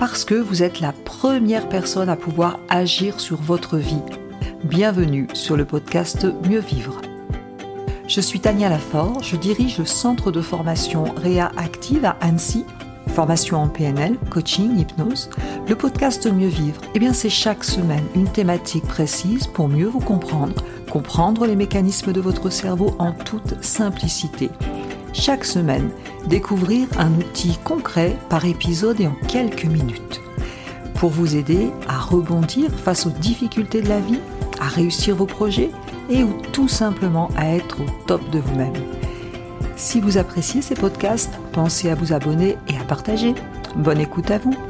parce que vous êtes la première personne à pouvoir agir sur votre vie. Bienvenue sur le podcast Mieux Vivre. Je suis Tania Lafort, je dirige le centre de formation Réa Active à Annecy, formation en PNL, coaching, hypnose. Le podcast Mieux Vivre, c'est chaque semaine une thématique précise pour mieux vous comprendre les mécanismes de votre cerveau en toute simplicité. Chaque semaine, découvrir un outil concret par épisode et en quelques minutes. Pour vous aider à rebondir face aux difficultés de la vie, à réussir vos projets et ou tout simplement à être au top de vous-même. Si vous appréciez ces podcasts, pensez à vous abonner et à partager. Bonne écoute à vous.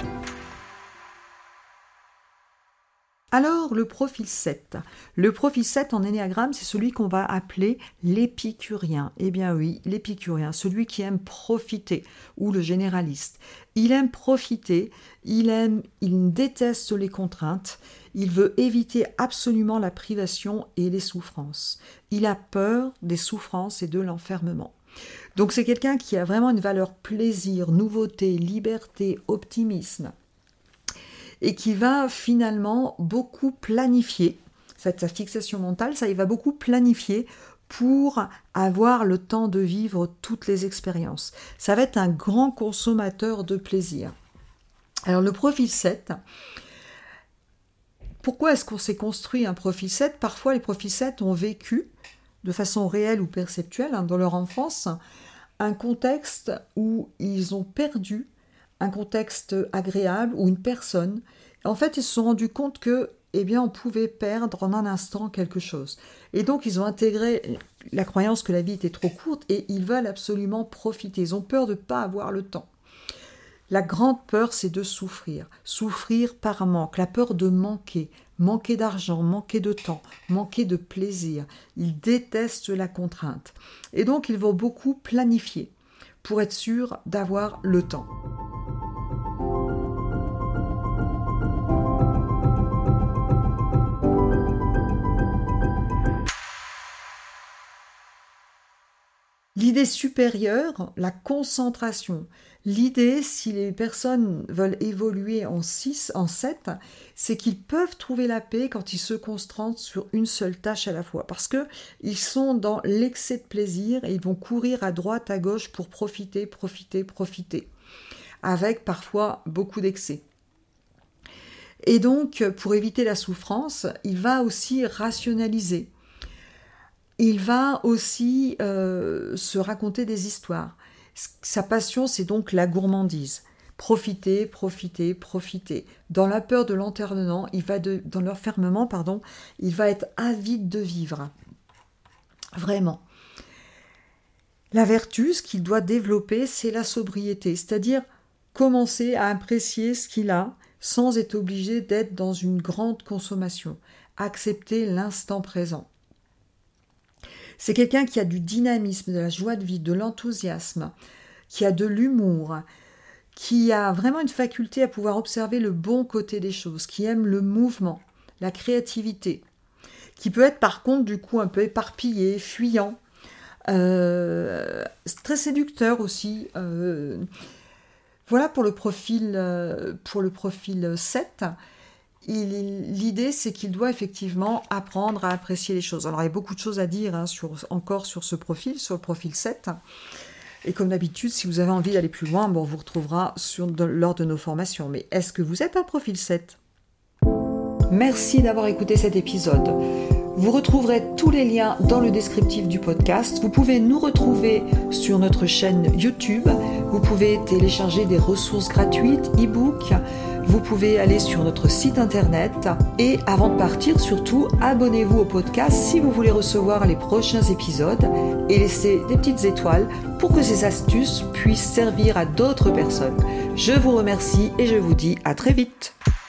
Alors, le profil 7. Le profil 7 en énéagramme, c'est celui qu'on va appeler l'épicurien. Eh bien oui, l'épicurien, celui qui aime profiter, ou le généraliste. Il aime profiter, il déteste les contraintes, il veut éviter absolument la privation et les souffrances. Il a peur des souffrances et de l'enfermement. Donc c'est quelqu'un qui a vraiment une valeur plaisir, nouveauté, liberté, optimisme. Et qui va finalement beaucoup planifier, sa fixation mentale, il va beaucoup planifier pour avoir le temps de vivre toutes les expériences. Ça va être un grand consommateur de plaisir. Alors le profil 7, pourquoi est-ce qu'on s'est construit un profil 7 ? Parfois les profils 7 ont vécu de façon réelle ou perceptuelle dans leur enfance un contexte où ils ont perdu un contexte agréable ou une personne. En fait, ils se sont rendus compte que, on pouvait perdre en un instant quelque chose. Et donc, ils ont intégré la croyance que la vie était trop courte et ils veulent absolument profiter. Ils ont peur de ne pas avoir le temps. La grande peur, c'est de souffrir. Souffrir par manque, la peur de manquer. Manquer d'argent, manquer de temps, manquer de plaisir. Ils détestent la contrainte. Et donc, ils vont beaucoup planifier pour être sûrs d'avoir le temps. L'idée supérieure, la concentration. L'idée, si les personnes veulent évoluer en 6, en 7, c'est qu'ils peuvent trouver la paix quand ils se concentrent sur une seule tâche à la fois. Parce qu'ils sont dans l'excès de plaisir et ils vont courir à droite, à gauche pour profiter. Avec parfois beaucoup d'excès. Et donc, pour éviter la souffrance, il va aussi rationaliser. Il va aussi se raconter des histoires. Sa passion, c'est donc la gourmandise. Profiter. Dans la peur de l'enfermement, il va être avide de vivre. Vraiment. La vertu, ce qu'il doit développer, c'est la sobriété. C'est-à-dire commencer à apprécier ce qu'il a sans être obligé d'être dans une grande consommation. Accepter l'instant présent. C'est quelqu'un qui a du dynamisme, de la joie de vivre, de l'enthousiasme, qui a de l'humour, qui a vraiment une faculté à pouvoir observer le bon côté des choses, qui aime le mouvement, la créativité, qui peut être par contre du coup un peu éparpillé, fuyant, très séducteur aussi. Voilà pour le profil 7. L'idée, c'est qu'il doit effectivement apprendre à apprécier les choses. Alors, il y a beaucoup de choses à dire encore sur ce profil, sur le profil 7. Et comme d'habitude, si vous avez envie d'aller plus loin, on vous retrouvera lors de nos formations. Mais est-ce que vous êtes un profil 7 ? Merci d'avoir écouté cet épisode. Vous retrouverez tous les liens dans le descriptif du podcast. Vous pouvez nous retrouver sur notre chaîne YouTube. Vous pouvez télécharger des ressources gratuites, e-books. Vous pouvez aller sur notre site internet. Et avant de partir, surtout, abonnez-vous au podcast si vous voulez recevoir les prochains épisodes et laissez des petites étoiles pour que ces astuces puissent servir à d'autres personnes. Je vous remercie et je vous dis à très vite.